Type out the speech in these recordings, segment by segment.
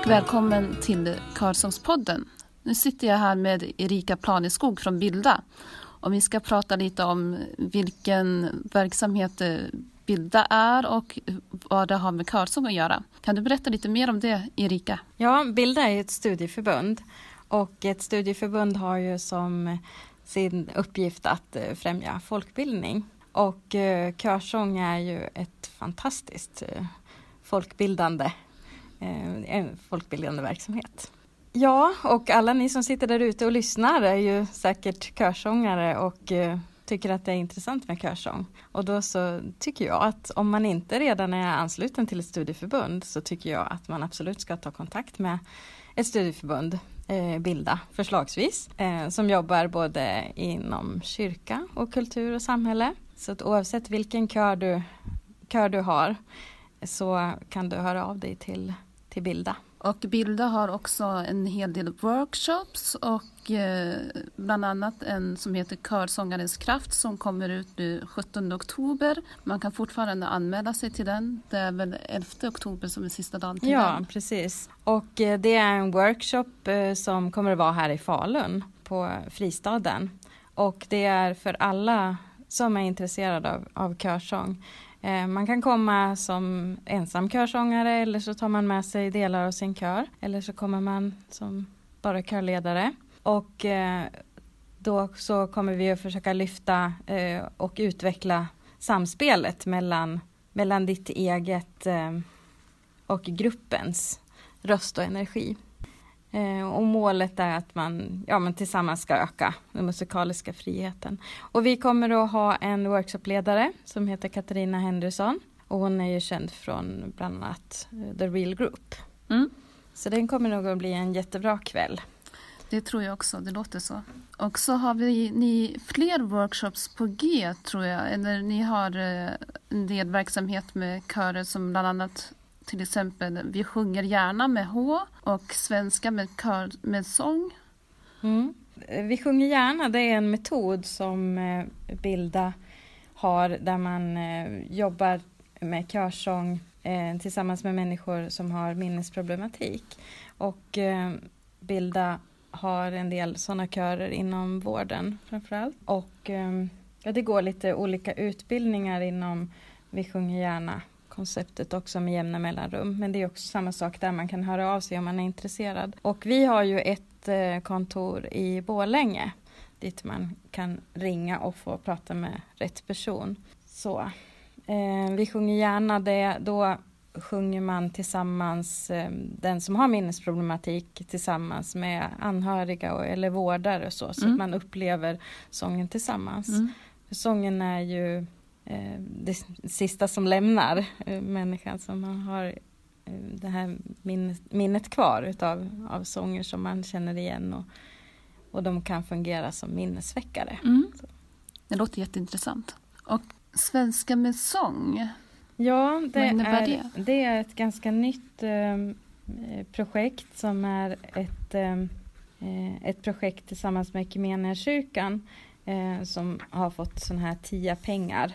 och välkommen till Körsångspodden. Nu sitter jag här med Erika Planeskog från Bilda och vi ska prata lite om vilken verksamhet Bilda är och vad det har med körsång att göra. Kan du berätta lite mer om det, Erika? Ja, Bilda är ett studieförbund och ett studieförbund har ju som sin uppgift att främja folkbildning. Och körsång är ju ett fantastiskt folkbildande verksamhet. Ja, och alla ni som sitter där ute och lyssnar är ju säkert körsångare och tycker att det är intressant med körsång. Och då så tycker jag att om man inte redan är ansluten till ett studieförbund så tycker jag att man absolut ska ta kontakt med ett studieförbund, Bilda förslagsvis, som jobbar både inom kyrka och kultur och samhälle. Så att oavsett vilken kör du har så kan du höra av dig till Bilda. Och Bilda har också en hel del workshops och bland annat en som heter Körsångarens kraft som kommer ut nu 17 oktober. Man kan fortfarande anmäla sig till den. Det är väl 11 oktober som är sista dagen till den. Ja, precis. Och det är en workshop som kommer att vara här i Falun på Fristaden. Och det är för alla som är intresserade av körsång. Man kan komma som ensam körsångare eller så tar man med sig delar av sin kör. Eller så kommer man som bara körledare. Och då så kommer vi att försöka lyfta och utveckla samspelet mellan ditt eget och gruppens röst och energi. Och målet är att man tillsammans ska öka den musikaliska friheten. Och vi kommer att ha en workshopledare som heter Katarina Henderson. Och hon är ju känd från bland annat The Real Group. Mm. Så den kommer nog att bli en jättebra kväll. Det tror jag också, det låter så. Och så har ni fler workshops på G tror jag. Eller ni har en del verksamhet med körer som bland annat till exempel Vi sjunger gärna med H och Svenska med sång. Mm. Vi sjunger gärna, det är en metod som Bilda har där man jobbar med körsång tillsammans med människor som har minnesproblematik. Och Bilda har en del sådana körer inom vården framförallt. Och det går lite olika utbildningar inom Vi sjunger gärna konceptet också med jämna mellanrum. Men det är också samma sak där man kan höra av sig om man är intresserad. Och vi har ju ett kontor i Borlänge dit man kan ringa och få prata med rätt person. Så vi sjunger gärna det. Då sjunger man tillsammans, den som har minnesproblematik tillsammans med anhöriga eller vårdare och så att man upplever sången tillsammans. För sången är ju det sista som lämnar människan som man har det här minnet kvar av sånger som man känner igen och de kan fungera som minnesväckare. Det låter jätteintressant. Och Svenska med sång? Ja, det är ett ganska nytt projekt som är ett projekt tillsammans med Equmeniakyrkan som har fått sån här 10 pengar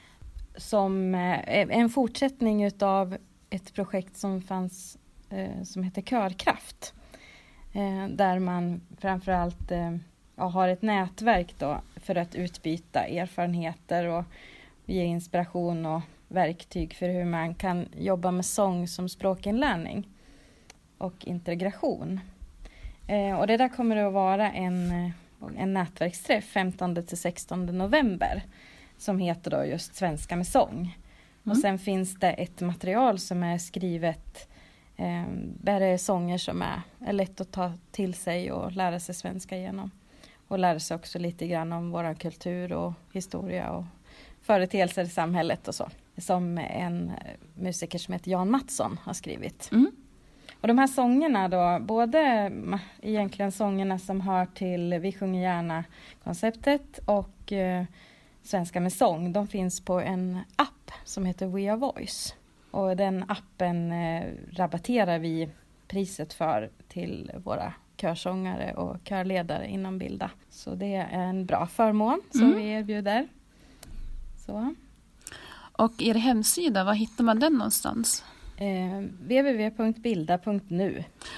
som en fortsättning utav ett projekt som fanns som heter Körkraft där man framförallt har ett nätverk då för att utbyta erfarenheter och ge inspiration och verktyg för hur man kan jobba med sång som språkinlärning och integration. Och det där kommer att vara en nätverksträff 15-16 november som heter då just Svenska med sång. Och sen finns det ett material som är skrivet där det är sånger som är lätt att ta till sig och lära sig svenska igenom. Och lära sig också lite grann om vår kultur och historia och företeelser i samhället och så. Som en musiker som heter Jan Mattsson har skrivit. Och de här sångerna då, både egentligen sångerna som hör till Vi sjunger gärna konceptet och Svenska med sång, de finns på en app som heter We Are Voice. Och den appen rabatterar vi priset för till våra körsångare och körledare inom Bilda. Så det är en bra förmån som vi erbjuder. Så. Och er hemsida, var hittar man den någonstans? www.bilda.nu.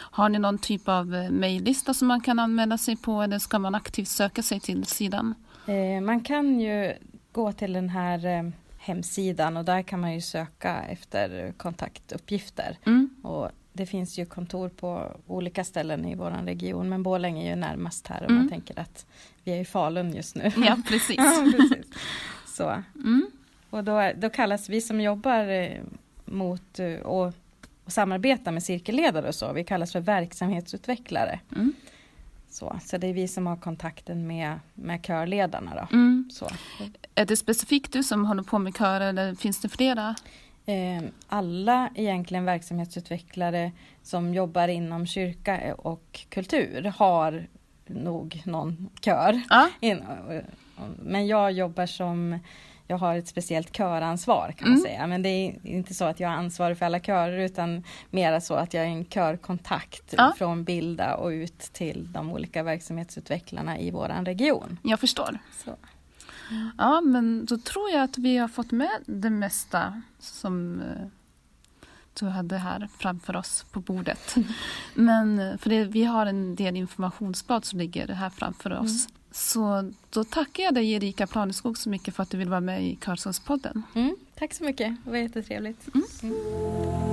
Har ni någon typ av mejllista som man kan anmäla sig på, eller ska man aktivt söka sig till sidan? Man kan ju gå till den här hemsidan och där kan man ju söka efter kontaktuppgifter. Och det finns ju kontor på olika ställen i vår region, men Borlänge är ju närmast här om man tänker att vi är i Falun just nu. Ja, precis. Ja, precis. Så. Och då kallas vi som jobbar mot och samarbetar med cirkelledare och så, vi kallas för verksamhetsutvecklare. Så det är vi som har kontakten med körledarna då. Så. Är det specifikt du som håller på med kör, eller finns det flera? Alla egentligen verksamhetsutvecklare som jobbar inom kyrka och kultur har nog någon kör. Men jag har ett speciellt köransvar kan man säga. Men det är inte så att jag är ansvarig för alla körer, utan mer så att jag är en körkontakt från Bilda och ut till de olika verksamhetsutvecklarna i våran region. Jag förstår. Så. Ja, men då tror jag att vi har fått med det mesta som du hade här framför oss på bordet. Men vi har en del informationsblad som ligger här framför oss. Så då tackar jag dig, Erika Planeskog, så mycket för att du vill vara med i Körsångspodden. Tack så mycket, det var jättetrevligt.